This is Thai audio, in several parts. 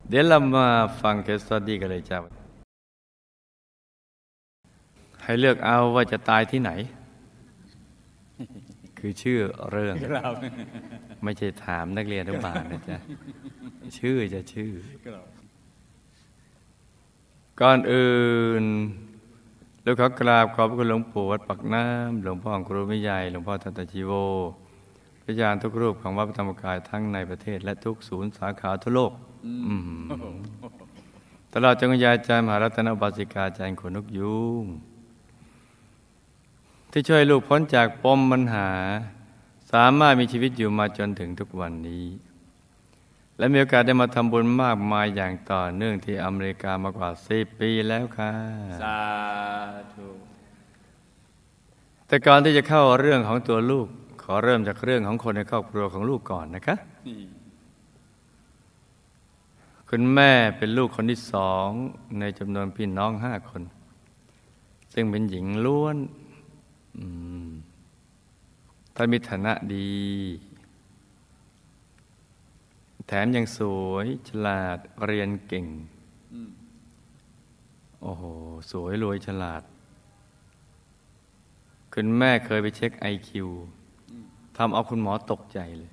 เดี๋ยวเรามาฟังเคสสตัดดี้กันเลยจ้าให้เลือกเอาว่าจะตายที่ไหนคือชื่อเรื่องไม่ใช่ถามนักเรียนทุกบาทนะจ๊ะชื่อจะชื่อก่อนอื่นเราขอกราบขอบพระคุณหลวงปู่วัดปากน้ำหลวงพ่อครูไม่ใหญ่หลวงพ่อทัตตชีโวพระอาจารย์ทุกรูปของวัดพระธรรมกายทั้งในประเทศและทุกศูนย์สาขาทั่วโลกตลอดจนคุณยายอาจารย์มหารัตนบาสิกาอาจารย์ขนนกยูงที่ช่วยลูกพ้นจากปมปัญหาสามารถมีชีวิตอยู่มาจนถึงทุกวันนี้และมีโอกาสได้มาทำบุญมากมายอย่างต่อเนื่องที่อเมริกามากว่า10 ปีแล้วค่ะสาธุแต่ก่อนที่จะเข้าเรื่องของตัวลูกขอเริ่มจากเรื่องของคนในครอบครัวของลูกก่อนนะคะคุณแม่เป็นลูกคนที่2ในจำนวนพี่น้อง5 คนซึ่งเป็นหญิงล้วนท่านมีฐานะดีแถมยังสวยฉลาดเรียนเก่งโอ้โหสวยรวยฉลาดคุณแม่เคยไปเช็ค IQ ทำเอาคุณหมอตกใจเลย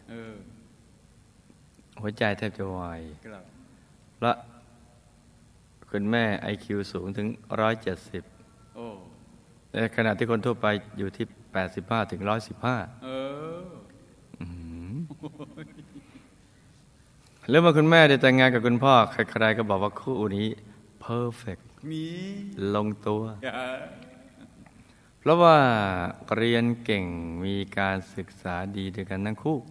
หัวใจแทบจะวายและคุณแม่ IQ สูงถึง170ในขณะที่คนทั่วไปอยู่ที่85 ถึง 115แล้วเมื่อคุณแม่ได้แต่งงานกับคุณพ่อใครๆก็บอกว่าคู่นี้เพอร์เฟกต์ลงตัวเพราะว่าเรียนเก่งมีการศึกษาดีด้วยกันทั้งคู่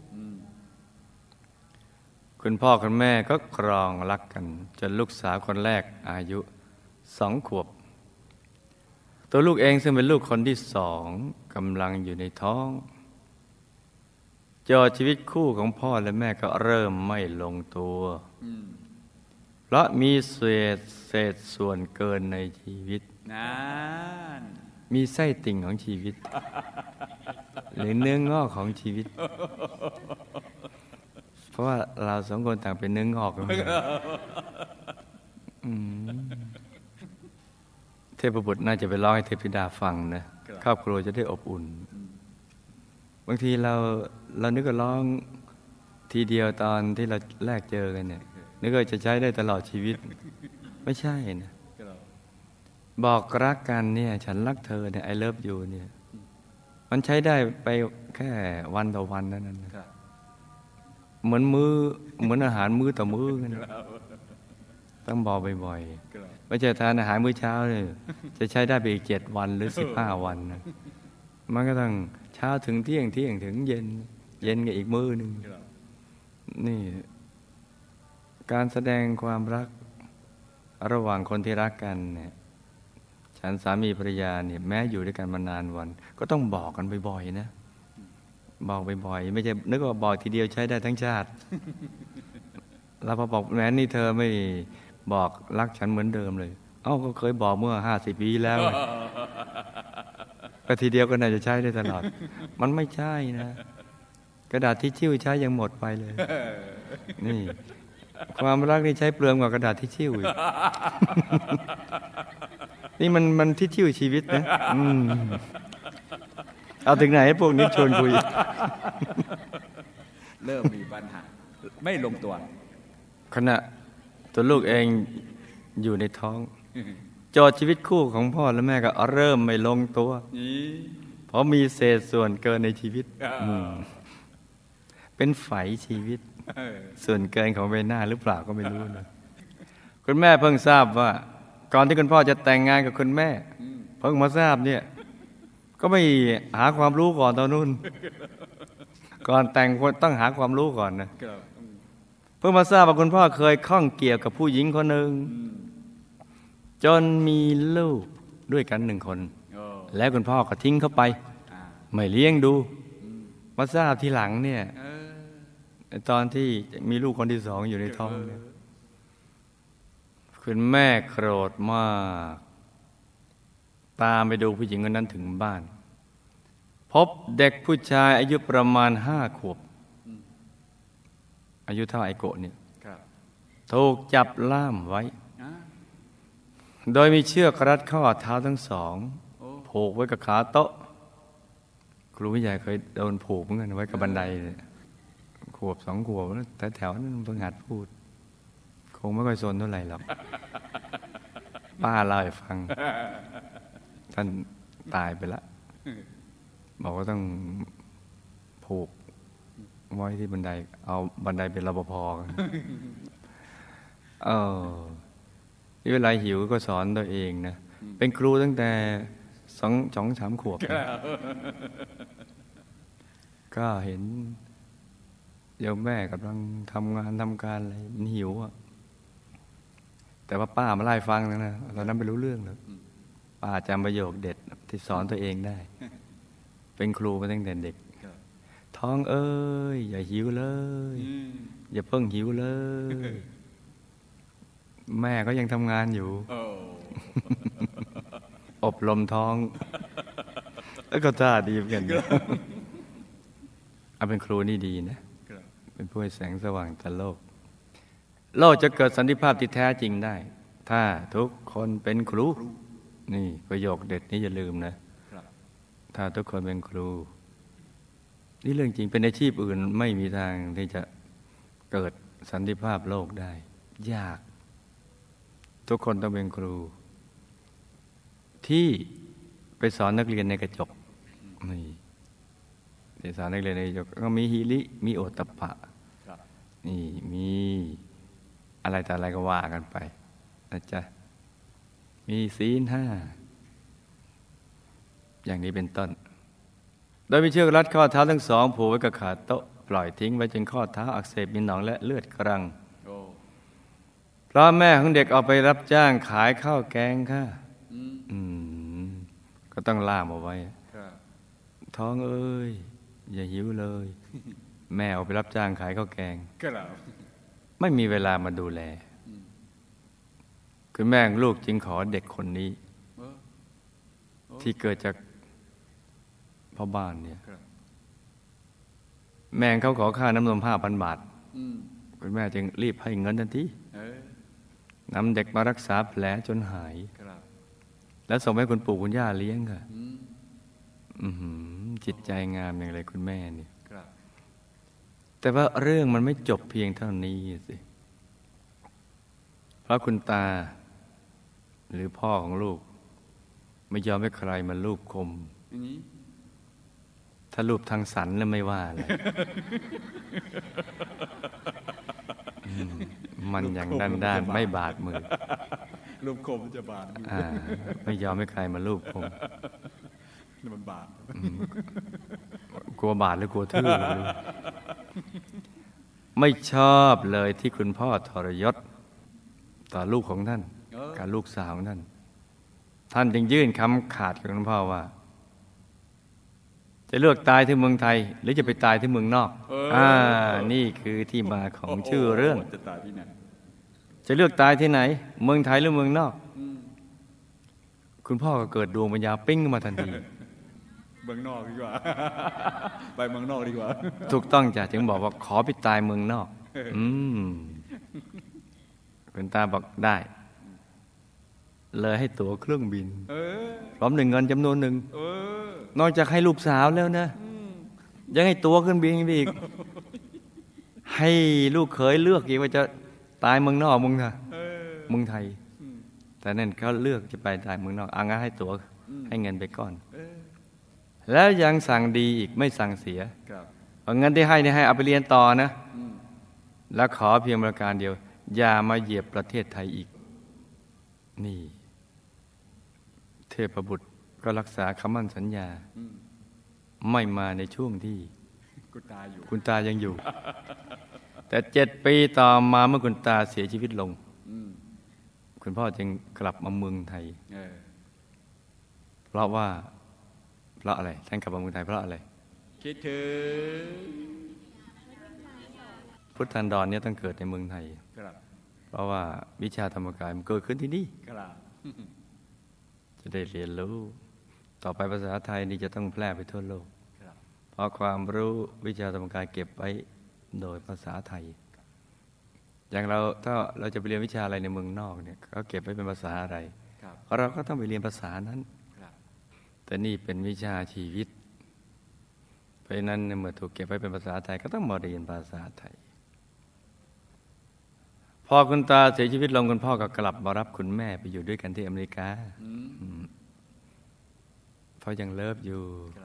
คุณพ่อคุณแม่ก็ครองรักกันจนลูกสาวคนแรกอายุ2 ขวบตัวลูกเองซึ่งเป็นลูกคนที่2กำลังอยู่ในท้องจอชีวิตคู่ของพ่อและแม่ก็เริ่มไม่ลงตัวเพราะมีเศษส่วนเกินในชีวิตมีไส้ติ่งของชีวิตหรือเนื้องอกของชีวิตเพราะว่าเรา2 คนต่างเป็นเนื้องอกกันเทพบุตรน่าจะไปร้องให้เทพธิดาฟังนะครอบครัวจะได้อบอุ่นบางทีเรานึกว่าร้องทีเดียวตอนที่เราแรกเจอกันเนี่ยนึกว่าจะใช้ได้ตลอดชีวิตไม่ใช่นะบอกรักกันเนี่ยฉันรักเธอเนี่ย I love you เนี่ยมันใช้ได้ไปแค่วันต่อวันนั่นนะเหมือนอาหารมื้อต่อมื้อกันต้องบอกบ่อยๆไม่ใช่ทานอาหารมื้อเช้าเลยจะใช้ได้ไปอีก7 วันหรือ15 วันนะมันก็ต้องเช้าถึงเที่ยงถึงเย็นกับอีกมื้อนึงนี่การแสดงความรักระหว่างคนที่รักกันเนี่ยฉันสามีภรรยาเนี่ยแม้อยู่ด้วยกันมานานวันก็ต้องบอกกันบ่อยๆนะบอกบ่อยๆไม่ใช่นึกว่าบอกทีเดียวใช้ได้ทั้งชาติแล้วพอบอกแม้นี่เธอไม่บอกรักฉันเหมือนเดิมเลยเอ้าก็เคยบอกเมื่อ50 ปีแล้วก็ทีเดียวก็น่าจะใช้ได้ตลอดมันไม่ใช่นะกระดาษทิชชู่ใช้ยังหมดไปเลยนี่ความรักนี่ใช้เปลืองกว่ากระดาษทิชชู่อีกนี่มันทิชชู่ชีวิตนะเอาถึงไหนพวกนี้ชวนคุยเริ่มมีปัญหาไม่ลงตัวขณะตัวลูกเองอยู่ในท้องโจทย์ชีวิตคู่ของพ่อและแม่ก็เริ่มไม่ลงตัวเพราะมีเศษส่วนเกินในชีวิตเป็นไฝชีวิตส่วนเกินของใบหน้าหรือเปล่าก็ไม่รู้นะคุณแม่เพิ่งทราบว่าก่อนที่คุณพ่อจะแต่งงานกับคุณแม่เพิ่งมาทราบเนี่ยก็ไม่หาความรู้ก่อนตอนนู้นก่อนแต่งคนต้องหาความรู้ก่อนนะเพิ่งมาทราบว่าคุณพ่อเคยข้องเกี่ยวกับผู้หญิงคนหนึ่งจนมีลูกด้วยกัน1 คนแล้วคุณพ่อก็ทิ้งเขาไปไม่เลี้ยงดูมาทราบทีหลังเนี่ยตอนที่มีลูกคนที่2อยู่ในท้องเนี่ยคุณแม่โกรธมากตามไปดูผู้หญิงคนนั้นถึงบ้านพบเด็กผู้ชายอายุประมาณ5 ขวบอายุเท่าไอโกะเนี่ยถูกจับล่ามไว้ โดยมีเชือกรัดข้อเท้าทั้งสองผูกไว้กับขาโต๊ะครูผู้ใหญ่เคยโดนผูกเหมือนกันไว้กับบันไดเลยขวบสองขวบแต่แถวนั้นเพิ่งหัดพูดคงไม่ค่อยสนเท่าไหร่หรอก ป้าเล่าให้ฟัง ท่านตายไปแล้วบอกว่าต้องผูกไว้ที่บันไดเอาบันไดเป็นรปภกันนี่เวลาหิวก็สอนตัวเองนะเป็นครูตั้งแต่สองสามขวบก็เห็นโยมแม่กำลังทำงานทำการอะไรมันหิวอ่ะแต่ว่าป้ามาไล่ฟังนะตอนนั้นไม่รู้เรื่องเลยป้าจำประโยคเด็ดที่สอนตัวเองได้เป็นครูมาตั้งแต่เด็กท้องเอ้ยอย่าหิวเลยอย่าเพิ่งหิวเลยแม่ก็ยังทำงานอยู่อบรมท้องแล้วก็ท่าดีเหมือนกันเอาเป็นครูนี่ดีนะเป็นผู้ให้แสงสว่างต่อโลกจะเกิดสันติภาพที่แท้จริงได้ ถ้าทุกคนเป็นครูนี่ประโยคเด็ดนี้อย่าลืมนะถ้าทุกคนเป็นครูนี่เรื่องจริงเป็นอาชีพอื่นไม่มีทางที่จะเกิดสันติภาพโลกได้ยากทุกคนต้องเป็นครูที่ไปสอนนักเรียนในกระจกนี่ไปสอนนักเรียนในกระจกก็มีหิริมีโอตตัปปะนี่มีอะไรแต่อะไรก็ว่ากันไปนะจ๊ะมีศีล 5อย่างนี้เป็นต้นโดยมีเชือกรัดข้อเท้าทั้งสองผูกไว้กับขาโต๊ะปล่อยทิ้งไว้จนข้อเท้าอักเสบมีหนองและเลือดกรังเพราะแม่ของเด็กเอาไปรับจ้างขายข้าวแกงค่ะก็ต้องล่ามเอาไว้ท้องเอ้ยอย่าหิวเลย แม่เอาไปรับจ้างขายข้าวแกงไม่มีเวลามาดูแลคือแม่ลูกจึงขอเด็กคนนี้ที่เกิดจากพ่อบ้านเนี่ยแม่เขาขอค่าน้ำนม 5,000 บาทคุณแม่จึงรีบให้เงินทันทีนำเด็กมารักษาแผลจนหายแล้วส่งให้คุณปู่คุณย่าเลี้ยงค่ะจิตใจงามอย่างไรคุณแม่นี่แต่ว่าเรื่องมันไม่จบเพียงเท่านี้สิเพราะคุณตาหรือพ่อของลูกไม่ยอมให้ใครมาลูบคมถ้าลูบทางสันแล้วไม่ว่าเลยมันอย่างด้านไม่บาดมือลูบคมจะบาดไม่ยอมให้ใครมาลูบคมมันบาดกลัวบาดหรือกลัวทื่อไม่ชอบเลยที่คุณพ่อทรยศต่อลูกของท่านกับลูกสาวของท่านจึงยื่นคำขาดกับคุณพ่อว่าจะเลือกตายที่เมืองไทยหรือจะไปตายที่เมืองนอกนี่คือที่มาของชื่อเรื่องจะตายที่ไหนจะเลือกตายที่ไหนเมืองไทยหรือเมืองนอกคุณพ่อก็เกิดดวงปัญญาปิ้งมาทันทีเมืองนอกดีกว่าไปเมืองนอกดีกว่าถูกต้องจ้ะจึงบอกว่าขอไปตายเมืองนอกคุณตาบอกได้เลยให้ตั๋วเครื่องบินพร้อมเงินจำนวนหนึ่งนอกจากให้ลูกสาวแล้วนะยังให้ตั๋วเครื่องบินอีกให้ลูกเขยเลือกอีกว่าจะตายเมืองนอกเมืองไทยแต่นั่นเขาเลือกจะไปตายเมืองนอกงั้นให้ตั๋วให้เงินไปก่อนแล้วยังสั่งดีอีกไม่สั่งเสียเงินที่ให้เอาไปเรียนต่อนะแล้วขอเพียงประการเดียวอย่ามาเหยียบประเทศไทยอีกนี่เทพบุตรก็รักษาคำมั่นสัญญาไม่มาในช่วงที่คุณตายังอยู่ แต่7 ปีต่อมาเมื่อคุณตาเสียชีวิตลงคุณพ่อจึงกลับมาเมืองไทยเพราะอะไรท่านกลับมาเมืองไทยเพราะอะไรคิดถึงพุทธันดรเนี่ยต้องเกิดในเมืองไทยเพราะว่าวิชาธรรมกายมันเกิดขึ้นที่นี่จะได้เรียนรู้ต่อไปภาษาไทยนี่จะต้องแพร่ไปทั่วโลกเพราะความรู้วิชาธรรมกายเก็บไว้โดยภาษาไทยอย่างเราถ้าเราจะไปเรียนวิชาอะไรในเมืองนอกเนี่ยเขาเก็บไว้เป็นภาษาอะไรครับเราก็ต้องไปเรียนภาษานั้นครับแต่นี่เป็นวิชาชีวิต เพราะฉะนั้นเมื่อถูกเก็บไว้เป็นภาษาไทยก็ต้องมาเรียนภาษาไทย พอคุณตาเสียชีวิตลงคุณพ่อก็กลับมารับคุณแม่ไปอยู่ด้วยกันที่อเมริกาเพราะยังเลิฟอยู่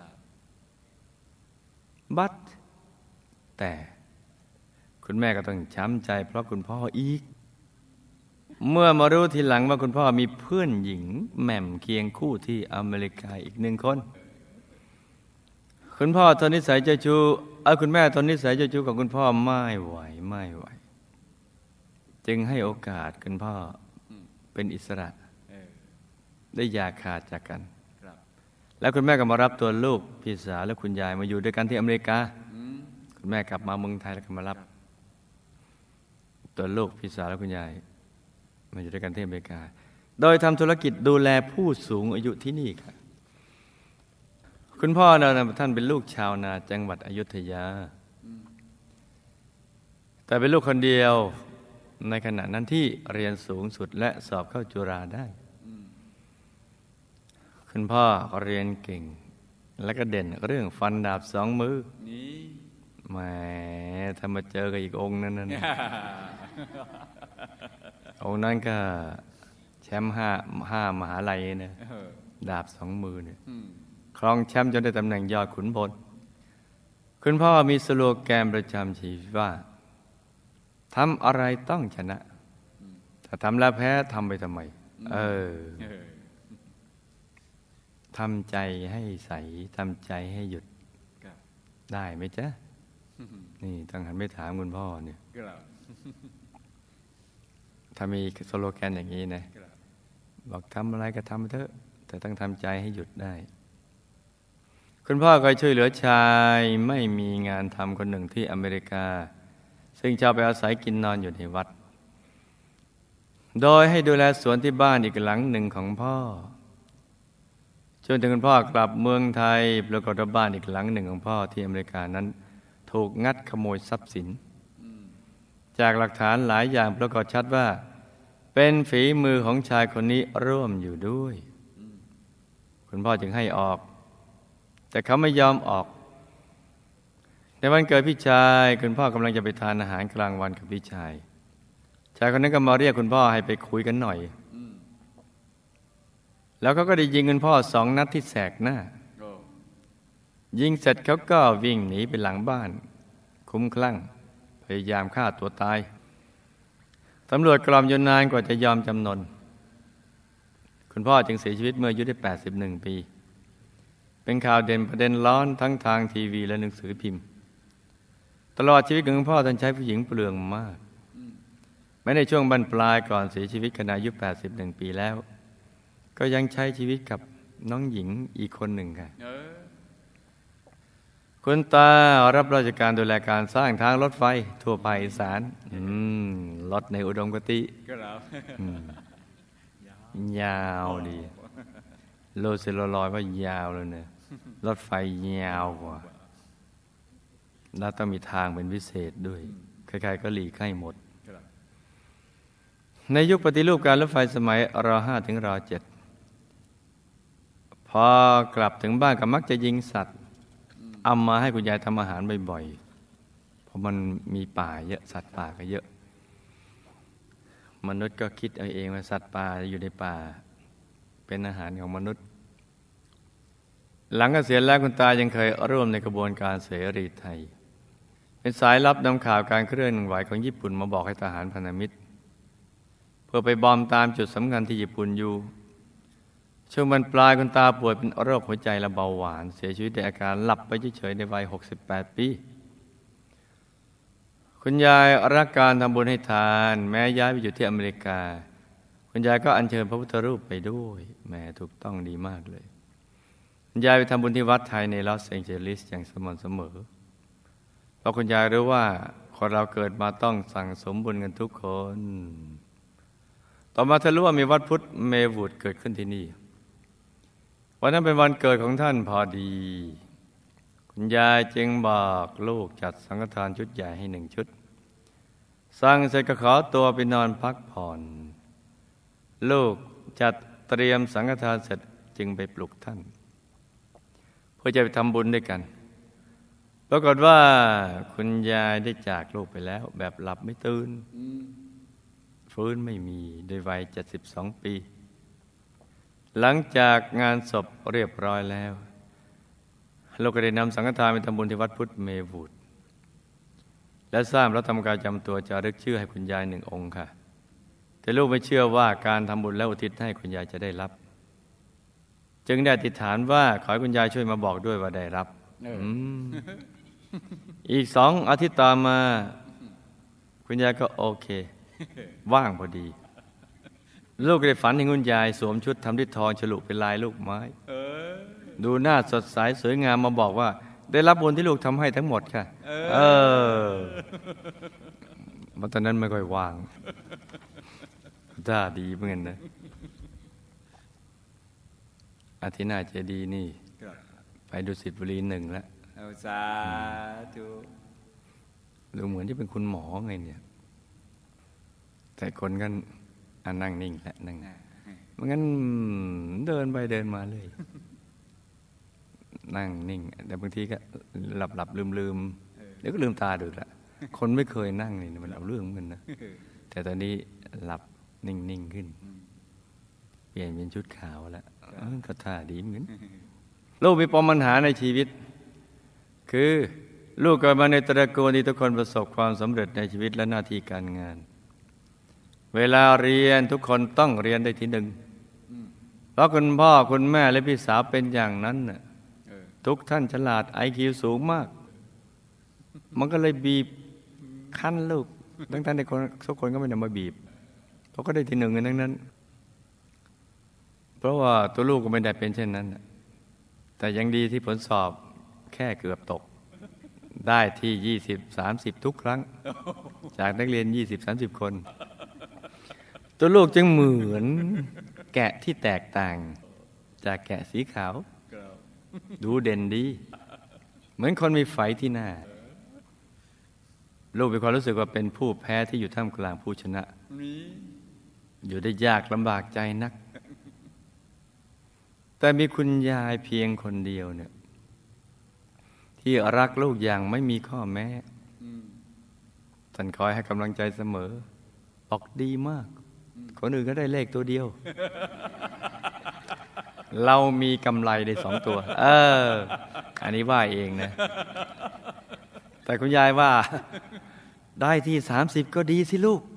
บัดแต่คุณแม่ก็ต้องช้ำใจเพราะคุณพ่ออีก เมื่อมารู้ทีหลังว่าคุณพ่อมีเพื่อนหญิงแหม่มเคียงคู่ที่อเมริกาอีก1 คน คุณพ่อทนนิสัยเจ้าชู้คุณแม่ทนนิสัยเจ้าชู้ของคุณพ่อไม่ไหวจึงให้โอกาสคุณพ่อเป็นอิสระได้อย่าขาดจากกัน แล้วคุณแม่ก็มารับตัวลูกพี่สาวและคุณยายมาอยู่ด้วยกันที่อเมริกาคุณแม่กลับมาเมืองไทยแล้วก็มารับตัวลูกพี่สาวและคุณยายมาอยู่ด้วยกันที่อเมริกาโดยทำธุรกิจดูแลผู้สูงอายุที่นี่ค่ะคุณพ่อเราท่านเป็นลูกชาวนาจังหวัดอยุธยาแต่เป็นลูกคนเดียวในขณะนั้นที่เรียนสูงสุดและสอบเข้าจุฬาได้คุณพ่อเรียนเก่งและก็เด่นเรื่องฟันดาบ2 มือแหมถ้ามาเจอกับอีกองค์นั้นองค์นั้นก็แชมป์ห้ามหาลัยนะดาบ2 มือเนี่ยครองแชมป์จนได้ตำแหน่งยอดขุนพลคุณพ่อมีสโลแกนประจำชีวิตว่าทำอะไรต้องชนะถ้าทำแล้วแพ้ทำไปทำไมทำใจให้ใสทำใจให้หยุดได้ไหมจ๊ะนี่ต้องหันไปถามคุณพ่อเนี่ยถ้ามีสโลแกนอย่างนี้นะบอกทำอะไรก็ทำเถอะแต่ต้องทำใจให้หยุดได้คุณพ่อก็ช่วยเหลือชายไม่มีงานทำคนหนึ่งที่อเมริกาซึ่งชอบไปอาศัยกินนอนอยู่ในวัดโดยให้ดูแลสวนที่บ้านอีกหลังหนึ่งของพ่อจนถึงคุณพ่อกลับเมืองไทยปรากฏว่าบ้านอีกหลังหนึ่งของพ่อที่อเมริกานั้นถูกงัดขโมยทรัพย์สินจากหลักฐานหลายอย่างปรากฏชัดว่าเป็นฝีมือของชายคนนี้ร่วมอยู่ด้วยคุณพ่อจึงให้ออกแต่เขาไม่ยอมออกในวันเกิดพี่ชายคุณพ่อกำลังจะไปทานอาหารกลางวันกับพี่ชายคนนั้นก็มาเรียกคุณพ่อให้ไปคุยกันหน่อยแล้วเขาก็ได้ยิงคุณพ่อ2 นัดที่แสกหน้ายิงเสร็จเขาก็วิ่งหนีไปหลังบ้านคุ้มคลั่งพยายามฆ่าตัวตายตำรวจกล่อมอยู่นานกว่าจะยอมจำนนคุณพ่อจึงเสียชีวิตเมื่ออายุได้81 ปีเป็นข่าวเด่นประเด็นร้อนทั้งทางทีวีและหนังสือพิมพ์ตลอดชีวิตของคุณพ่อท่านใช้ผู้หญิงเปลืองมากแม้ในช่วงบรรปลายก่อนเสียชีวิตขณะอายุ81 ปีแล้วก็ยังใช้ชีวิตกับน้องหญิงอีกคนหนึ่งค่ะคุณตารับราชการดูแลการสร้างทางรถไฟทั่วไปอีสานรถในอุดมคติยาวดีโลเซลลอยว่ายาวเลยเนี่ยรถไฟยาวกว่าแล้วต้องมีทางเป็นพิเศษด้วยใครๆก็หลีกให้หมดในยุคปฏิรูปการรถไฟสมัยร.5 ถึงร.7 พอกลับถึงบ้านก็มักจะยิงสัตว์เอามาให้คุณยายทำอาหารบ่อยๆเพราะมันมีป่าเยอะสัตว์ป่าก็เยอะมนุษย์ก็คิดเอาเองว่าสัตว์ป่าอยู่ในป่าเป็นอาหารของมนุษย์หลังเกษียณแล้วคุณตายังเคยร่วมในกระบวนการเสรีไทยเป็นสายลับนำข่าวการเคลื่อนไหวของญี่ปุ่นมาบอกให้ทหารพันธมิตรเพื่อไปบอมตามจุดสำคัญที่ญี่ปุ่นอยู่ช่วงบรรปลายคุณตาป่วยเป็นโรคหัวใจและเบาหวานเสียชีวิตด้วยอาการหลับไปเฉยๆในวัย68 ปีคุณยายรักการทำบุญให้ทานแม้ย้ายไปอยู่ที่อเมริกาคุณยายก็อัญเชิญพระพุทธรูปไปด้วยแม่ถูกต้องดีมากเลยคุณยายไปทำบุญที่วัดไทยในลอสแองเจลิสอย่างสม่ำเสมอเพราะคุณยายรู้ว่าคนเราเกิดมาต้องสั่งสมบุญกันทุกคนต่อมาเธอรู้ว่ามีวัดพุทธเมวูดเกิดขึ้นที่นี่วันนั้นเป็นวันเกิดของท่านพอดีคุณยายจึงบอกลูกจัดสังฆทานชุดใหญ่ให้1 ชุดสั่งเสร็จก็ขอตัวไปนอนพักผ่อนลูกจัดเตรียมสังฆทานเสร็จจึงไปปลุกท่านเพื่อจะไปทำบุญด้วยกันปรากฏว่าคุณยายได้จากลูกไปแล้วแบบหลับไม่ตื่นฟื้นไม่มีโดยวัย72 ปีหลังจากงานศพเรียบร้อยแล้วลูกก็ได้นำสังฆทานไปทำบุญที่วัดพุทธเมวุฒและสร้างพระธรรมกายจำตัวจารึกชื่อให้คุณยาย1 องค์ค่ะแต่ลูกไม่เชื่อว่าการทำบุญและอุทิศให้คุณยายจะได้รับ จึงได้อธิษฐานว่าขอให้คุณยายช่วยมาบอกด้วยว่าได้รับอีก2 อาทิตย์ต่อมาคุณยายก็โอเคว่างพอดีลูกก็ได้ฝันเห็นคุณยายสวมชุดทำด้วยทองฉลุเป็นลายลูกไม้ดูหน้าสดใสสวยงามมาบอกว่าได้รับบุญที่ลูกทำให้ทั้งหมดค่ะมาตอนนั้นไม่ค่อยว่างท่าดีเหมือนกันนะอาทิตย์หน้าเจดีนี่ไปดุสิตบุรี1แล้วเอาสาธุดูเหมือนที่เป็นคุณหมอไงเนี่ยแต่คนกันนั่งนิ่งแหละนั่งมันงั้นเดินไปเดินมาเลยนั่งนิ่งแต่บางทีก็หลับลืมเดี๋ยวก็ลืมตาดูละคนไม่เคยนั่งนี่มันเอาเรื่องเหมือนกันนะแต่ตอนนี้หลับนิ่งขึ้นเปลี่ยนเป็นชุดขาวแล้วก็ท่าดีเหมือนลูกมีปมปัญหาในชีวิตคือลูกเกิดมาในตระกูลที่ทุกคนประสบความสำเร็จในชีวิตและหน้าที่การงานเวลาเรียนทุกคนต้องเรียนได้ที่ 1เพราะคุณพ่อคุณแม่และพี่สาวเป็นอย่างนั้นน่ะทุกท่านฉลาด IQ สูงมากมันก็เลยบีบคั้นลูกทั้งในคนทุกคนก็ไม่ได้มาบีบเขาก็ได้ที่ 1กันทั้งนั้นเพราะว่าตัวลูกก็ไม่ได้เป็นเช่นนั้นแต่ยังดีที่ผลสอบแค่เกือบตกได้ที่20-30ทุกครั้งจากนักเรียน20-30 คนตัวลูกจึงเหมือนแกะที่แตกต่างจากแกะสีขาวดูเด่นดีเหมือนคนมีไฝที่หน้าลูกมีความรู้สึกว่าเป็นผู้แพ้ที่อยู่ท่ามกลางผู้ชนะอยู่ได้ยากลำบากใจนักแต่มีคุณยายเพียงคนเดียวเนี่ยที่รักลูกอย่างไม่มีข้อแม้ท่านคอยให้กำลังใจเสมอบอกดีมากคนอื่นก็ได้เลขตัวเดียวเรามีกำไรได้2 ตัวอันนี้ว่าเองนะแต่คุณยายว่าได้ที่30ก็ดีสิลูก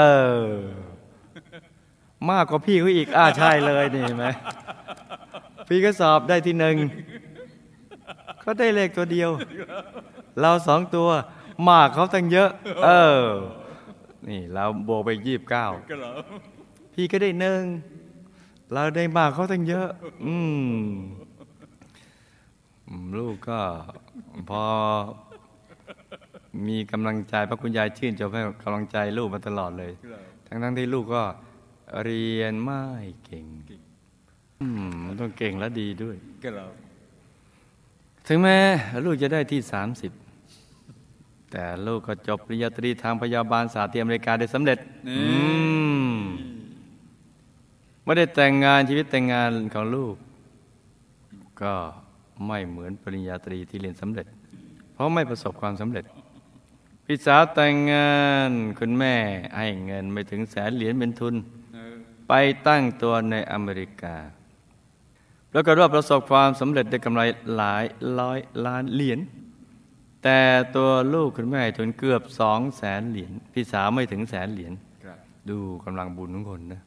มากกว่าพี่เขาอีกใช่เลยนี่เห็นไหมพี่ก็สอบได้ที่1ก็ได้เลขตัวเดียวเรา2 ตัวมากเขาตั้งเยอะนี่เราบวกไป29พี่ก็ได้1เราได้มากเขาตั้งเยอะลูกก็พอมีกำลังใจเพราะคุณยายชื่นชมให้กำลังใจลูกมาตลอดเลยทั้งที่ลูกก็เรียนไม่เก่งมันต้องเก่งและดีด้วยถึงแม้ลูกจะได้ที่30แต่ลูกก็จบปริญญาตรีทางพยาบาลศาสตร์ที่อเมริกาได้สำเร็จไม่ได้แต่งงานชีวิตแต่งงานของลูกก็ไม่เหมือนปริญญาตรีที่เรียนสำเร็จเพราะไม่ประสบความสำเร็จพี่สาวแต่งงานคุณแม่ให้เงินไม่ถึง100,000 เหรียญเป็นทุนไปตั้งตัวในอเมริกาแล้วก็ว่าประสบความสำเร็จได้กำไรหลายร้อยล้านเหรียญแต่ตัวลูกคุณแม่ทุนเกือบ200,000 เหรียญพี่สาวไม่ถึง100,000 เหรียญดูกำลังบุญของคนนะ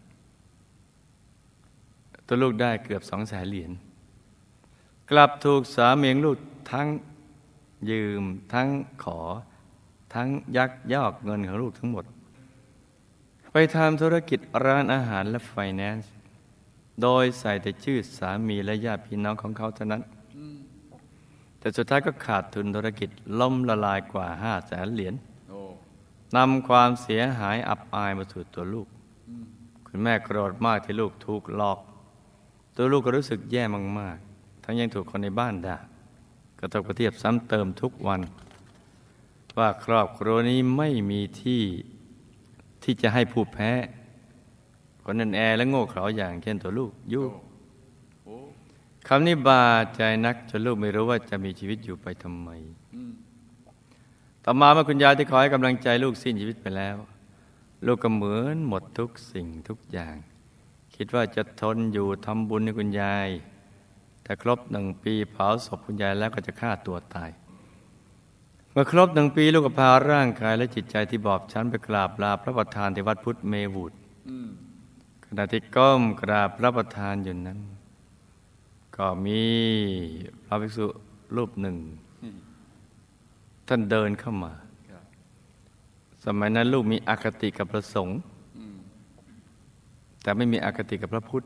ตัวลูกได้เกือบ200,000 เหรียญกลับถูกสามีลูกทั้งยืมทั้งขอทั้งยักยอกเงินของลูกทั้งหมดไปทำธุรกิจร้านอาหารและไฟแนนซ์โดยใส่แต่ชื่อสามีและญาติพี่น้องของเขาเท่านั้นแต่สุดท้ายก็ขาดทุนธุรกิจล่มละลายกว่า500,000 เหรียญนำความเสียหายอับอายมาสู่ตัวลูกคุณแม่โกรธมากที่ลูกถูกหลอกตัวลูกก็รู้สึกแย่มากๆทั้งยังถูกคนในบ้านด่าก็ต้องกระเทียบซ้ำเติมทุกวันว่าครอบครัวนี้ไม่มีที่จะให้ผู้แพ้คนนั้นแอและโง่เขลาอย่างเช่นตัวลูกอยู่คำนี้บาดใจนักจนลูกไม่รู้ว่าจะมีชีวิตอยู่ไปทำไมต่อมาเมื่อคุณยายที่คอยกำลังใจลูกสิ้นชีวิตไปแล้วลูกก็เหมือนหมดทุกสิ่งทุกอย่างคิดว่าจะทนอยู่ทำบุญให้คุณยายแต่ครบ1 ปีเผาศพคุณยายแล้วก็จะฆ่าตัวตายเมื่อครบ1 ปีลูกก็พาร่างกายและจิตใจที่บอบช้ำไปกราบลาพระประธานที่วัดพุทธเมวุฒขณะที่ก้มกราบพระประธานอยู่นั้นก็มีพระภิกษุรูปหนึ่งท่านเดินเข้ามาสมัยนั้นลูกมีอคติกับพระสงฆ์แต่ไม่มีอคติกับพระพุทธ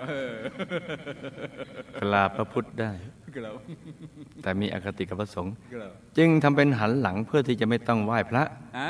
กราบพระพุทธได้แต่มีอคติกับพระสงฆ์จึงทำเป็นหันหลังเพื่อที่จะไม่ต้องไหว้พระ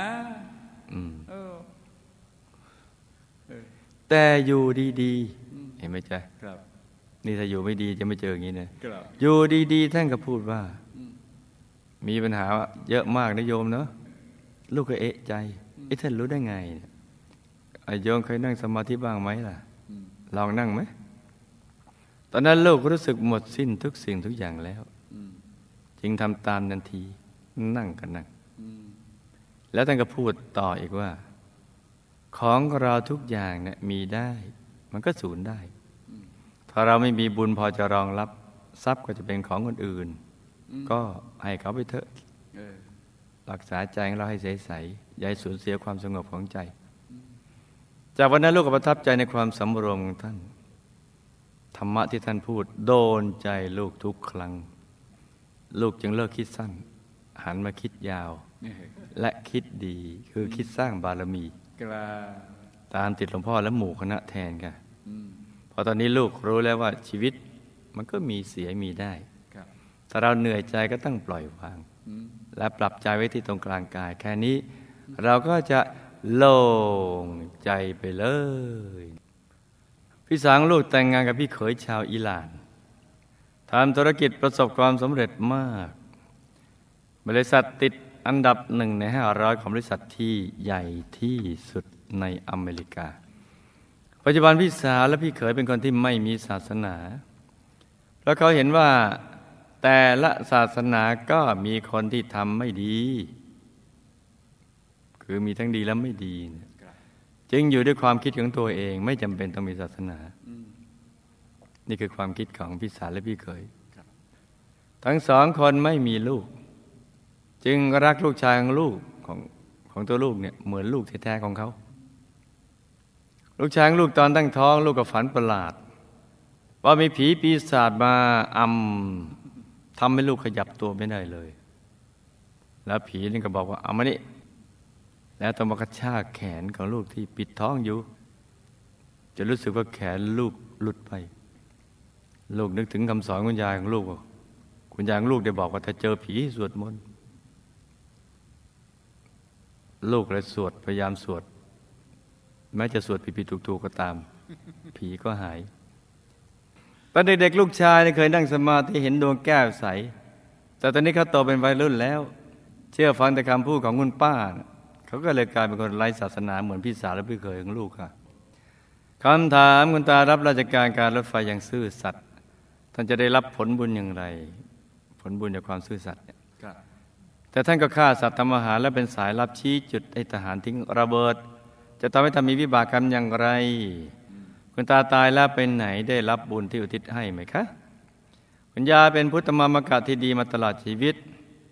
แต่อยู่ดีๆเห็นไหมจ๊ะนี่ถ้าอยู่ไม่ดีจะไม่เจออย่างนี้นะอยู่ดีๆท่านก็พูดว่ามีปัญหาเยอะมากนะโยมเนาะลูกก็เอะใจท่านรู้ได้ไงโยมเคยนั่งสมาธิบ้างไหมล่ะลองนั่งไหมตอนนั้นลูกรู้สึกหมดสิ้นทุกสิ่งทุกอย่างแล้วจึงทำตามทันทีนั่งกันนั่งแล้วท่านก็พูดต่ออีกว่าของเราทุกอย่างเนี่ยมีได้มันก็สูญได้ถ้าเราไม่มีบุญพอจะรองรับทรัพย์ก็จะเป็นของคนอื่นก็ให้เขาไปเถอะรักษาใจของเราให้ใสๆอย่าให้สูญเสียความสงบของใจจากวันนั้นลูกก็ประทับใจในความสำรวมของท่านธรรมะที่ท่านพูดโดนใจลูกทุกครั้งลูกจึงเลิกคิดสั้นหันมาคิดยาวและคิดดีคือคิดสร้างบารมีตามติดหลวงพ่อและหมู่คณะแทนค่ะพอตอนนี้ลูกรู้แล้วว่าชีวิตมันก็มีเสียมีได้ถ้าเราเหนื่อยใจก็ต้องปล่อยวางและปรับใจไว้ที่ตรงกลางกายแค่นี้เราก็จะโล่งใจไปเลยพี่สาวลูกแต่งงานกับพี่เขยชาวอิหร่านทำธุรกิจประสบความสำเร็จมากบริษัทติดอันดับ1 ใน 500ของบริษัทที่ใหญ่ที่สุดในอเมริกาปัจจุบันพี่สาวและพี่เขยเป็นคนที่ไม่มีศาสนาเพราะเขาเห็นว่าแต่ละศาสนาก็มีคนที่ทำไม่ดีคือมีทั้งดีและไม่ดีจึงอยู่ด้วยความคิดของตัวเองไม่จำเป็นต้องมีศาสนานี่คือความคิดของพี่สาวและพี่เขยทั้ง2 คนไม่มีลูกจึงรักลูกชายของลูกของตัวลูกเนี่ยเหมือนลูกแท้ๆของเขาลูกชายของลูกตอนตั้งท้องลูกก็ฝันประหลาดว่ามีผีปีศาจมาทำให้ลูกขยับตัวไม่ได้เลยแล้วผีนี่ก็บอกว่าเอามานี่แล้วต้องมากระชากแขนของลูกที่ปิดท้องอยู่จะรู้สึกว่าแขนลูกหลุดไปลูกนึกถึงคำสอนคุณยายของลูกคุณยายของลูกได้บอกว่าถ้าเจอผีสวดมนต์ลูกเลยสวดพยายามสวดแม้จะสวดผิดๆถูกๆก็ตามผีก็หายตอนเด็กๆลูกชายเคยนั่งสมาธิเห็นดวงแก้วใสแต่ตอนนี้เขาโตเป็นวัยรุ่นแล้วเชื่อฟังแต่คำพูดของคุณป้าเขาก็เลยกลายเป็นคนไร้ศาสนาเหมือนพี่สาวและพี่เขยของลูกค่ะคำถามคุณตารับราชการการรถไฟอย่างซื่อสัตย์ท่านจะได้รับผลบุญอย่างไรผลบุญจากความซื่อสัตย์เนี่ยแต่ท่านก็ฆ่าสัตว์ทำอาหารและเป็นสายลับชี้จุดให้ทหารทิ้งระเบิดจะทำให้ท่านมีวิบากกรรมอย่างไรคุณตาตายแล้วไปไหนได้รับบุญที่อุทิศให้ไหมคะคุณยายเป็นพุทธมามกะที่ดีมาตลอดชีวิต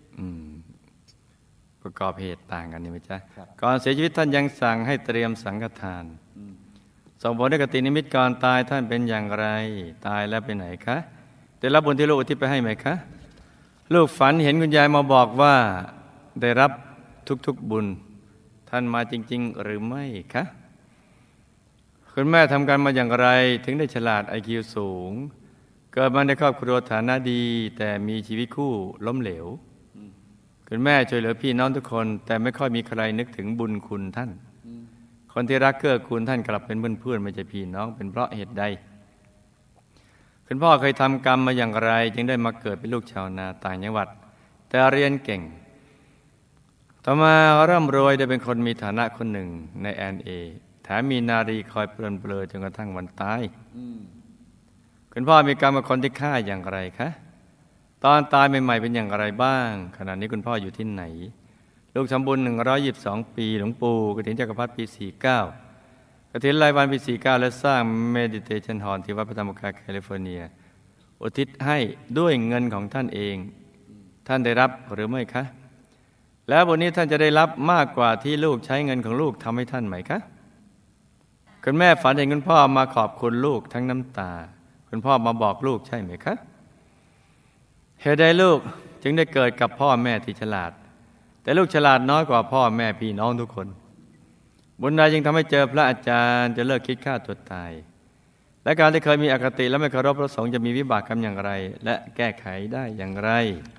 ประกอบเหตุต่างกันนี่ไหมจ๊ะก่อนเสียชีวิตท่านยังสั่งให้เตรียมสังฆทานส่งผลให้กตินิมิตก่อนตายท่านเป็นอย่างไรตายแล้วไปไหนคะได้รับบุญที่ลูกอุทิศไปให้ไหมคะลูกฝันเห็นคุณยายมาบอกว่าได้รับทุกๆบุญท่านมาจริงๆหรือไม่คะคุณแม่ทำการมาอย่างไรถึงได้ฉลาด IQ สูงเกิดมาในครอบครัวฐานะดีแต่มีชีวิตคู่ล้มเหลวคุณแม่ช่วยเหลือพี่น้องทุกคนแต่ไม่ค่อยมีใครนึกถึงบุญคุณท่านคนที่รักเกื้อกูลท่านกลับเป็นเพื่อนๆไม่ใช่พี่น้องเป็นเพราะเหตุใดคุณพ่อเคยทำกรรมมาอย่างไรจึงได้มาเกิดเป็นลูกชาวนาต่างจังหวัดแต่เรียนเก่งต่อมาร่ำรวยได้เป็นคนมีฐานะคนหนึ่งในแอนเอแถมมีนารีคอยเปรนเปรอจนกระทั่งวันตายคุณพ่อมีกรรมกับคนที่ฆ่าอย่างไรคะตอนตายใหม่ๆเป็นอย่างไรบ้างขณะนี้คุณพ่ออยู่ที่ไหนลูกทำบุญ122 ปีหลวงปู่กฐินจักรพรรดิปี49กฐินรายวันปี49และสร้างเมดิเทชันฮอลล์ที่วัดพระธรรมกายแคลิฟอร์เนียอุทิศให้ด้วยเงินของท่านเองท่านได้รับหรือไม่คะแล้ววันนี้ท่านจะได้รับมากกว่าที่ลูกใช้เงินของลูกทำให้ท่านไหมคะคุณแม่ฝันเห็นคุณพ่อมาขอบคุณลูกทั้งน้ำตาคุณพ่อมาบอกลูกใช่ไหมคะเหตุใดลูกจึงได้เกิดกับพ่อแม่ที่ฉลาดแต่ลูกฉลาดน้อยกว่าพ่อแม่พี่น้องทุกคนบุญใดจึงทำให้เจอพระอาจารย์จะเลิกคิดฆ่าตัวตายและการที่เคยมีอคติและไม่เคารพพระสงฆ์จะมีวิบากกรรมอย่างไรและแก้ไขได้อย่างไร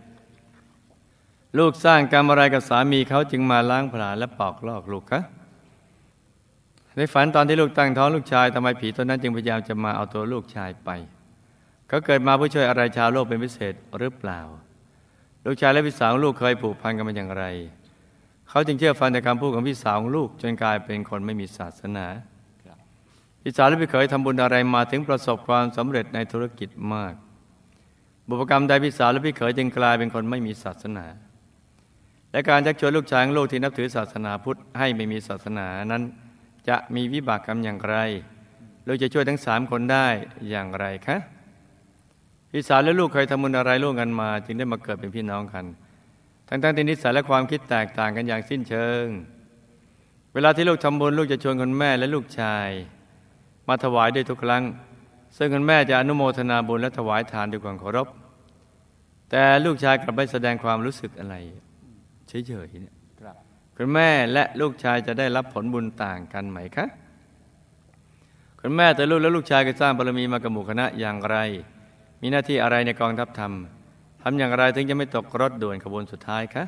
ลูกสร้างกรรมอะไรกับสามีเขาจึงมาล้างผลาญและปอกลอกลูกคะในฝันตอนที่ลูกตั้งท้องลูกชายทำไมผีตัวนั้นจึงพยายามจะมาเอาตัวลูกชายไปเขาเกิดมาเพื่อช่วยอะไรชาวโลกเป็นพิเศษหรือเปล่าลูกชายและพี่สาวของลูกเคยผูกพันกันมาอย่างไรเขาจึงเชื่อฟังแต่คำพูดของพี่สาวของลูกจนกลายเป็นคนไม่มีศาสนาพี่สาวและพี่เขยทำบุญอะไรมาถึงประสบความสำเร็จในธุรกิจมากบุพกรรมใดพี่สาวและพี่เขยจึงกลายเป็นคนไม่มีศาสนาและการชักชวนลูกชายของลูกที่นับถือศาสนาพุทธให้ไม่มีศาสนานั้นจะมีวิบากกรรมอย่างไรลูกจะช่วยทั้ง3 คนได้อย่างไรคะพี่สาวและลูกเคยทำบุญอะไรร่วมกันมาจึงได้มาเกิดเป็นพี่น้องกันทั้งที่นิสัยและความคิดแตกต่างกันอย่างสิ้นเชิงเวลาที่ลูกทำบุญลูกจะชวนคุณแม่และลูกชายมาถวายด้วยทุกครั้งซึ่งคุณแม่จะอนุโมทนาบุญและถวายทานด้วยความเคารพแต่ลูกชายกลับไม่แสดงความรู้สึกอะไรเฉยๆเนี่ยคุณแม่และลูกชายจะได้รับผลบุญต่างกันไหมคะคุณแม่แต่ลูกและลูกชายก็สร้างบารมีมากับหมู่คณะอย่างไรมีหน้าที่อะไรในกองทัพธรรมทำอย่างไรถึงจะไม่ตกรถด่วนขบวนสุดท้ายคะ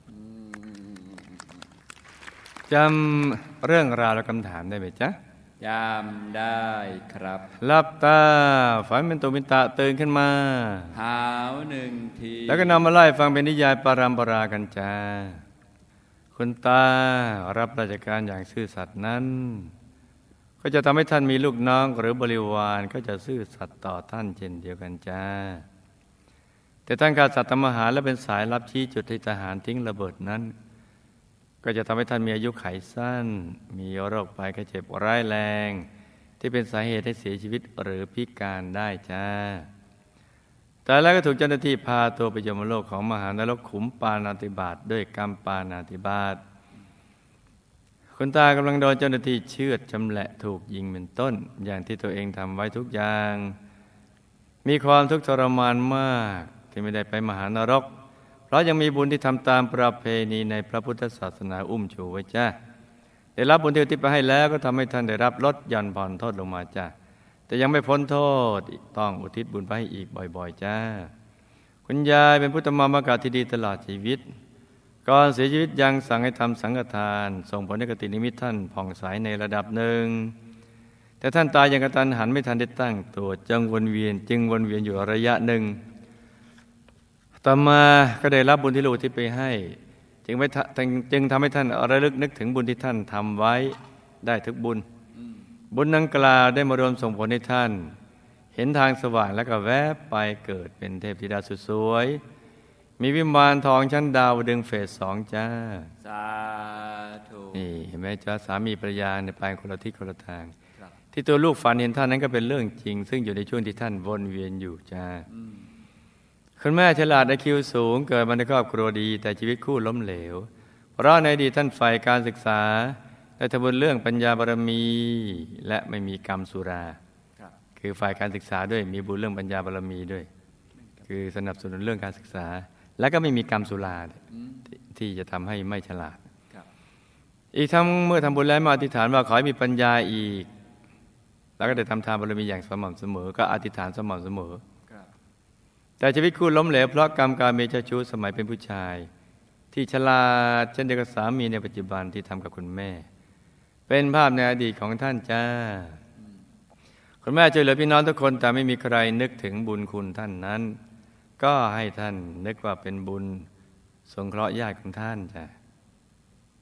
จำเรื่องราวและคำถามได้ไหมจ๊ะจำได้ครับหลับตาฝันเป็นตุเป็นตะตื่นขึ้นมาหาว1 ทีแล้วก็นำมาไล่ฟังเป็นนิยายปารัมปรากันจ้าคุณตารับราชการอย่างซื่อสัตย์นั้นก็จะทำให้ท่านมีลูกน้องหรือบริวารก็จะซื่อสัตย์ต่อท่านเช่นเดียวกันจ้าแต่ท่านขาดสัตย์ทำอาหารและเป็นสายลับชี้จุดที่ทหารทิ้งระเบิดนั้นก็จะทำให้ท่านมีอายุขัยสั้นมีโรคภัยไข้เจ็บร้ายแรงที่เป็นสาเหตุให้เสียชีวิตหรือพิการได้จ้าแต่แล้วก็ถูกเจ้าหน้าที่พาตัวไปยมโลกของมหานรกขุมปาณาติบาตด้วยกรรมปาณาติบาตคุณตากำลังโดนเจ้าหน้าที่เชือดชำแหละถูกยิงเป็นต้นอย่างที่ตัวเองทำไว้ทุกอย่างมีความทุกข์ทรมานมากที่ไม่ได้ไปมหานรกเพราะยังมีบุญที่ทำตามประเพณีในพระพุทธศาสนาอุ้มชูไว้จ้าได้รับบุญที่อุทิศไปให้แล้วก็ทำให้ท่านได้รับลดหย่อนผ่อนโทษลงมาจ้าแต่ยังไม่พ้นโทษต้องอุทิศบุญไปให้อีกบ่อยๆจ้าคุณยายเป็นพุทธมามกะที่ดีตลอดชีวิตก่อนเสียชีวิตยังสั่งให้ทำสังฆทานส่งผลให้กตินิมิตท่านผ่องใสในระดับหนึ่งแต่ท่านตายอย่างกระทันหันไม่ทันได้ตั้งตัวจึงวนเวียนอยู่ระยะหนึ่งต่อมาก็ได้รับบุญที่ลูกที่ไปให้จึงทำให้ท่านระลึกนึกถึงบุญที่ท่านทำไว้ได้ทุกบุญดังกล่าวได้มารวมส่งผลให้ท่านเห็นทางสว่างแล้วก็แวบไปเกิดเป็นเทพธิดาสุดสวยมีวิมานทองชั้นดาวดึงส์เฟส 2จ้าสาธุนี่เห็นไหมจ้าสามีภรรยาในไปคนละทิศคนละทางที่ตัวลูกฝันเห็นท่านนั้นก็เป็นเรื่องจริงซึ่งอยู่ในช่วงที่ท่านวนเวียนอยู่จ้าคุณแม่ฉลาด IQ สูงเกิดมาในครอบครัวดีแต่ชีวิตคู่ล้มเหลวเพราะในอดีตท่านใฝ่การศึกษาได้ทำบุญเรื่องปัญญาบารมีและไม่มีกรรมสุราคือฝ่ายการศึกษาด้วยมีบุญเรื่องปัญญาบารมีด้วยคือสนับสนุนเรื่องการศึกษาและก็ไม่มีกรรมสุราที่จะทำให้ไม่ฉลาดอีกทั้งเมื่อทำบุญแล้วมาอธิษฐานว่าขอให้มีปัญญาอีกแล้วก็ได้ทำทานบารมีอย่างสม่ำเสมอก็อธิษฐานสม่ำเสมอแต่ชีวิตคู่ล้มเหลวเพราะกรรมการเมเจ้าชู้สมัยเป็นผู้ชายที่ฉลาดเช่นเดียวกับสามีในปัจจุบันที่ทำกับคุณแม่เป็นภาพในอดีตของท่านจ้าคุณแม่ช่วยเหลือพี่น้องทุกคนแต่ไม่มีใครนึกถึงบุญคุณท่านนั้นก็ให้ท่านนึกว่าเป็นบุญสงเคราะห์ญาติของท่านจ้ะ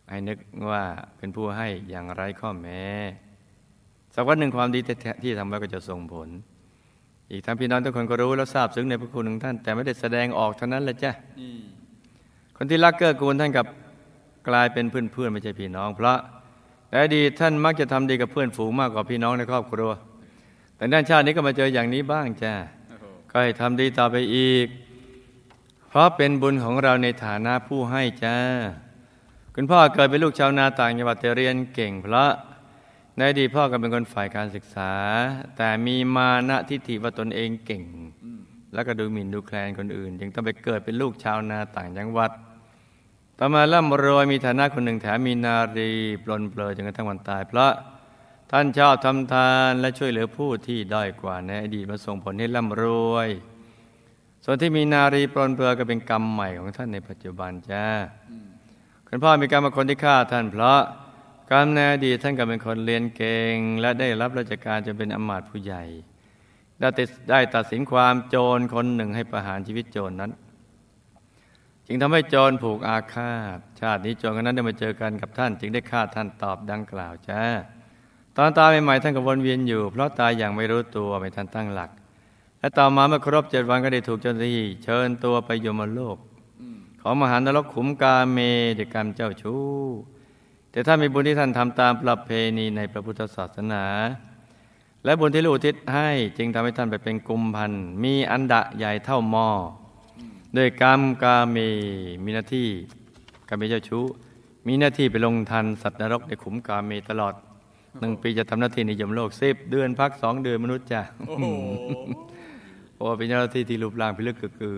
ให้นึกว่าเป็นผู้ให้อย่างไร้ข้อแม้สักวันหนึ่งความดีที่ทำไว้ก็จะส่งผลอีกทั้งพี่น้องทุกคนก็รู้และทราบซึ้งในพระคุณของท่านแต่ไม่ได้แสดงออกเท่านั้นแหละจ้ะคนที่รักเกื้อกูลท่านกับกลายเป็นเพื่อนไม่ใช่พี่น้องเพราะในอดีตท่านมักจะทำดีกับเพื่อนฝูงมากกว่าพี่น้องในครอบครัวแต่ด้านชาตินี้ก็มาเจออย่างนี้บ้างจ้ะก็ให้ทำดีต่อไปอีกเพราะเป็นบุญของเราในฐานะผู้ให้จ้าคุณพ่อเกิดเป็นลูกชาวนาต่างจังหวัดแต่เรียนเก่งเพราะในอดีตพ่อก็เป็นคนฝ่ายการศึกษาแต่มีมานะทิฏฐิว่าตนเองเก่งแล้วก็ดูหมิ่นดูแคลนคนอื่นจึงต้องไปเกิดเป็นลูกชาวนาต่างจังหวัดต่อมาร่ำรวยมีฐานะคนหนึ่งแถมมีนารีปลนเปลือยจนกระทั่งวันตายเพราะท่านชอบทำทานและช่วยเหลือผู้ที่ด้อยกว่าในอดีตมาส่งผลให้ร่ำรวยส่วนที่มีนารีปลนเปลือยก็เป็นกรรมใหม่ของท่านในปัจจุบันจ้าคุณพ่อมีกรรมเป็นคนที่ฆ่าท่านเพราะกรรมในอดีตท่านก็เป็นคนเรียนเก่งและได้รับราชการจนเป็นอำมาตย์ผู้ใหญ่ได้ตัดสินความโจรคนหนึ่งให้ประหารชีวิตโจรนั้นจึงทำให้โจรผูกอาฆาตชาตินี้โจรคนนั้นได้มาเจอกันกับท่านจึงได้ฆ่าท่านตอบดังกล่าวจ้าตอนตายใหม่ๆท่านก็วนเวียนอยู่เพราะตายอย่างไม่รู้ตัวไม่ทันตั้งหลักและต่อมาเมื่อครบ7 วันก็ได้ถูกเจ้าหน้าที่เชิญตัวไปยมโลกของมหานรกขุมกาเมด้วยกรรมเจ้าชู้แต่ถ้ามีบุญที่ท่านทำตามประเพณีในพระพุทธศาสนาและบุญที่ลูกอุทิศให้จึงทำให้ท่านไปเป็นกุมพันธ์มีอันดะใหญ่เท่าหม้อด้วยกรรมกาเมมีหน้าที่กาเมเจ้าชู้มีหน้าที่ไปลงทันสัตว์นรกในขุมกาเมตลอด1 ปีจะทำหน้าที่ในยมโลก10 เดือนพัก2 เดือนมนุษย์จ้ะโอ้เป็นหน้าที่ที่รูปร่างพิลึกกึก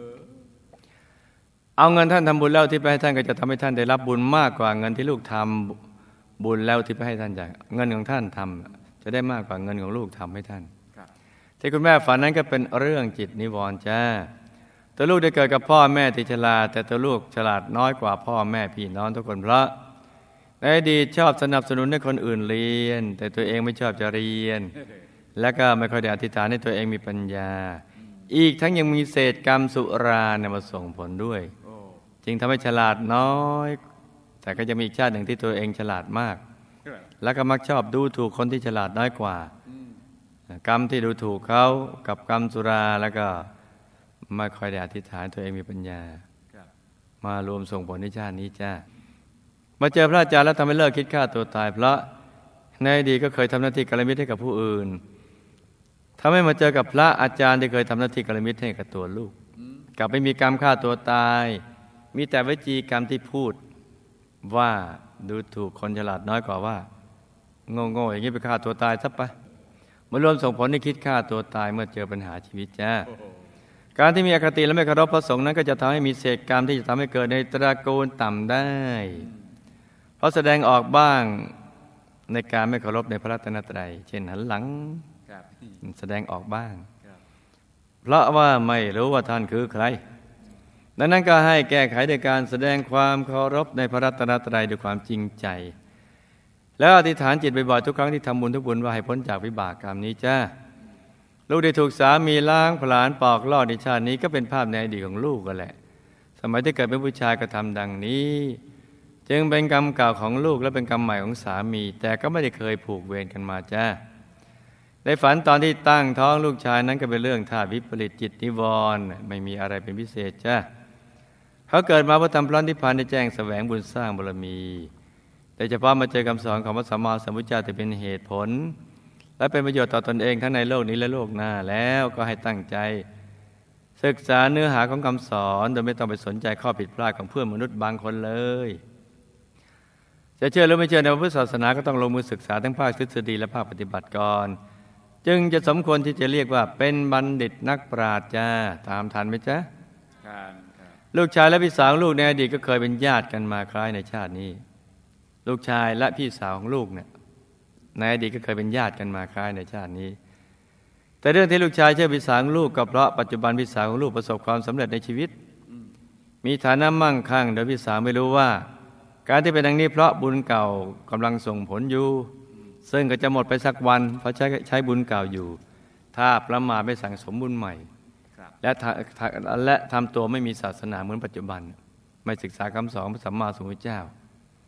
เอาเงินท่านทำบุญแล้วที่ไปให้ท่านก็จะทำให้ท่านได้รับบุญมากกว่าเงินที่ลูกทำบุญแล้วที่ไปให้ท่านจากเงินของท่านทำจะได้มากกว่าเงินของลูกทำให้ท่านที่คุณแม่ฝันนั้นก็เป็นเรื่องจิตนิวรณ์จ้าตัวลูกได้เกิดกับพ่อแม่ที่ฉลาดแต่ตัวลูกฉลาดน้อยกว่าพ่อแม่พี่น้องทุกคนเพราะในอดีตชอบสนับสนุนให้คนอื่นเรียนแต่ตัวเองไม่ชอบจะเรียนและก็ไม่ค่อยได้อธิษฐานให้ตัวเองมีปัญญาอีกทั้งยังมีเศษกรรมสุราเนี่ยมาส่งผลด้วยจึงทำให้ฉลาดน้อยแต่ก็จะมีอีกชาติหนึ่งที่ตัวเองฉลาดมากแล้วก็มักชอบดูถูกคนที่ฉลาดน้อยกว่ากรรมที่ดูถูกเขากับกรรมสุราแล้วก็ไม่ค่อยได้อธิษฐานตัวเองมีปัญญามารวมส่งผลในชาตินี้จ้ามาเจอพระอาจารย์แล้วทำให้เลิกคิดฆ่าตัวตายเพราะในอดีตก็เคยทำหน้าที่กัลยาณมิตรให้กับผู้อื่นทำให้มาเจอกับพระอาจารย์ที่เคยทำหน้าที่กัลยาณมิตรให้กับตัวลูกกลับไม่มีกรรมฆ่าตัวตายมีแต่วจีกรรมที่พูดว่าดูถูกคนฉลาดน้อยกว่าว่าโง่ๆอย่างนี้ไปฆ่าตัวตายซะปะมารวมส่งผลให้คิดฆ่าตัวตายเมื่อเจอปัญหาชีวิตจ้าการที่มีอคติและไม่เคารพพระสงฆ์นั้นก็จะทำให้มีเศษกรรมที่จะทำให้เกิดในตระกูลต่ำได้เพราะแสดงออกบ้างในการไม่เคารพในพระรัตนตรัยเช่นหันหลังแสดงออกบ้างเพราะว่าไม่รู้ว่าท่านคือใครดังนั้นก็ให้แก้ไขโดยการแสดงความเคารพในพระรัตนตรัยด้วยความจริงใจแล้วอธิษฐานจิตบ่อยๆทุกครั้งที่ทำบุญทุกบุญว่าให้พ้นจากวิบากกรรมนี้จ้าลูกได้ถูกสามีล้างผลาญปอกลอดในชาตินี้ก็เป็นภาพในอดีตของลูกกันแหละสมัยที่เกิดเป็นผู้ชายก็ทำดังนี้จึงเป็นกรรมเก่าของลูกและเป็นกรรมใหม่ของสามีแต่ก็ไม่ได้เคยผูกเวรกันมาจ้าในฝันตอนที่ตั้งท้องลูกชายนั้นก็เป็นเรื่องธาตุวิปริตจิตนิวรณ์ไม่มีอะไรเป็นพิเศษจ้าเขาเกิดมาเพื่อทำพรนิพพานได้แจ้งแสวงบุญสร้างบารมีแต่เฉพาะมาเจอคำสอนของพระสัมมาสัมพุทธเจ้าที่เป็นเหตุผลและเป็นประโยชน์ต่อตนเองทั้งในโลกนี้และโลกหน้าแล้วก็ให้ตั้งใจศึกษาเนื้อหาของคำสอนโดยไม่ต้องไปสนใจข้อผิดพลาดของเพื่อนมนุษย์บางคนเลยจะเชื่อหรือไม่เชื่อในพระพุทธศาสนาก็ต้องลงมือศึกษาทั้งภาคทฤษฎีและภาคปฏิบัติก่อนจึงจะสมควรที่จะเรียกว่าเป็นบัณฑิตนักปราชญ์จ้าตามทันไหมจ๊ะลูกชายและพี่สาวลูกในอดีตก็เคยเป็นญาติกันมาคล้ายในชาตินี้ลูกชายและพี่สาวของลูกเนี่ยในอดีตก็เคยเป็นญาติกันมาคล้ายในชาตินี้แต่เรื่องที่ลูกชายเชื่อพี่สาวของลูกก็เพราะปัจจุบันพี่สาวของลูกประสบความสำเร็จในชีวิตมีฐานะมั่งคั่งโดยพี่สาวไม่รู้ว่าการที่เป็นดังนี้เพราะบุญเก่ากำลังส่งผลอยู่ซึ่งก็จะหมดไปสักวันเพราะใช้บุญเก่าอยู่ถ้าประมาทไม่สั่งสมบุญใหม่และทำตัวไม่มีศาสนาเหมือนปัจจุบันไม่ศึกษาคำสอนพระสัมมาสัมพุทธเจ้า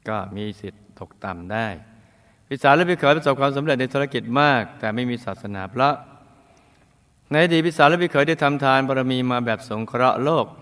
ก็มีสิทธิ์ตกต่ำได้พี่สาวและพี่เขยประสบความสำเร็จในธุรกิจมากแต่ไม่มีศาสนาเพราะในอดีตพี่สาวและพี่เขยได้ทำทานบารมีมาแบบสงเคราะห์โลก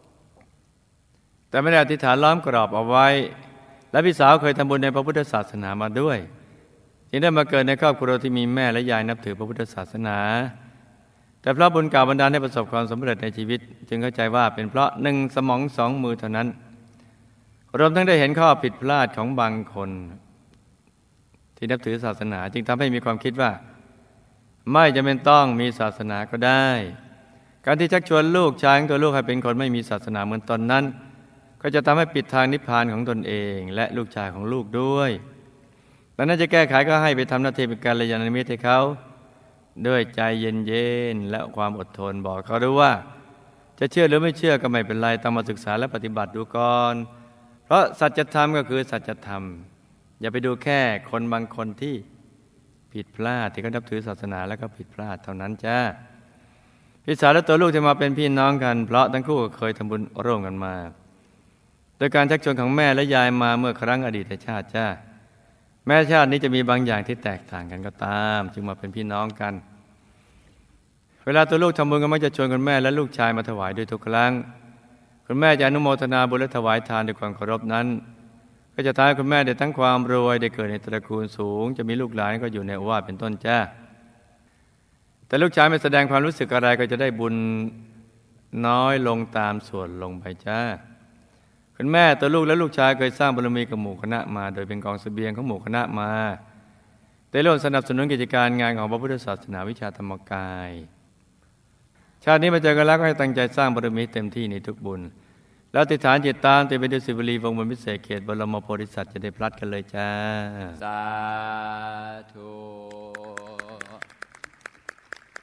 แต่ไม่ได้อธิษฐานล้อมกรอบเอาไว้และพี่สาวเคยทำบุญในพระพุทธศาสนามาด้วยจึงได้มาเกิดในครอบครัวที่มีแม่และยายนับถือพระพุทธศาสนาแต่เพราะบุญเก่าบันดาลให้ประสบความสำเร็จในชีวิตจึงเข้าใจว่าเป็นเพราะหนึ่งสมองสองมือเท่านั้นรวมทั้งได้เห็นข้อผิดพลาดของบางคนที่นับถือศาสนาจึงทำให้มีความคิดว่าไม่จำเป็นต้องมีศาสนาก็ได้การที่ชักชวนลูกชายของตัวลูกให้เป็นคนไม่มีศาสนาเหมือนตนนั้นก็จะทำให้ปิดทางนิพพานของตนเองและลูกชายของลูกด้วยดังนั้นจะแก้ไขก็ให้ไปทำหน้าที่เป็นกัลยาณมิตรให้เขาด้วยใจเย็นๆและความอดทนบอกเขาด้วยว่าจะเชื่อหรือไม่เชื่อก็ไม่เป็นไรต้องมาศึกษาและปฏิบัติดูก่อนเพราะสัจธรรมก็คือสัจธรรมอย่าไปดูแค่คนบางคนที่ผิดพลาดที่เขานับถือศาสนาแล้วก็ผิดพลาดเท่านั้นจ้าพี่สาวและตัวลูกจะมาเป็นพี่น้องกันเพราะทั้งคู่เคยทำบุญร่วมกันมาโดยการชักชวนของแม่และยายมาเมื่อครั้งอดีตชาติจ้าแม้ชาตินี้จะมีบางอย่างที่แตกต่างกันก็ตามจึงมาเป็นพี่น้องกันเวลาตัวลูกทำบุญก็มักจะชวนคุณแม่และลูกชายมาถวายด้วยทุกครั้งคุณแม่จะอนุโมทนาบุญและถวายทานด้วยความเคารพนั้นก็จะทำให้คุณแม่ได้ทั้งความรวยได้เกิดในตระกูลสูงจะมีลูกหลานก็อยู่ในโอวาทเป็นต้นจ้าแต่ลูกชายไม่แสดงความรู้สึกอะไรก็จะได้บุญน้อยลงตามส่วนลงไปจ้าคุณแม่ตัวลูกและลูกชายเคยสร้างบารมีกับหมู่คณะมาโดยเป็นกองเสบียงของหมู่คณะมาได้ร่วมสนับสนุนกิจการงานของพระพุทธศาสนาวิชาธรรมกายชาตินี้มาเจอกันแล้วก็ให้ตั้งใจสร้างบารมีเต็มที่ในทุกบุญแล้วอธิษฐานจิตตามติดไปด้วยสิบวลีวงบนพิเศษเขตบรมโพธิสัตว์จะได้พลัดกันเลยจ้าสาธุ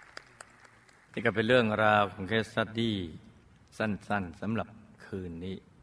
นี่ก็เป็นเรื่องราวของเคสสตัดดี้สั้นๆสำหรับคืนนี้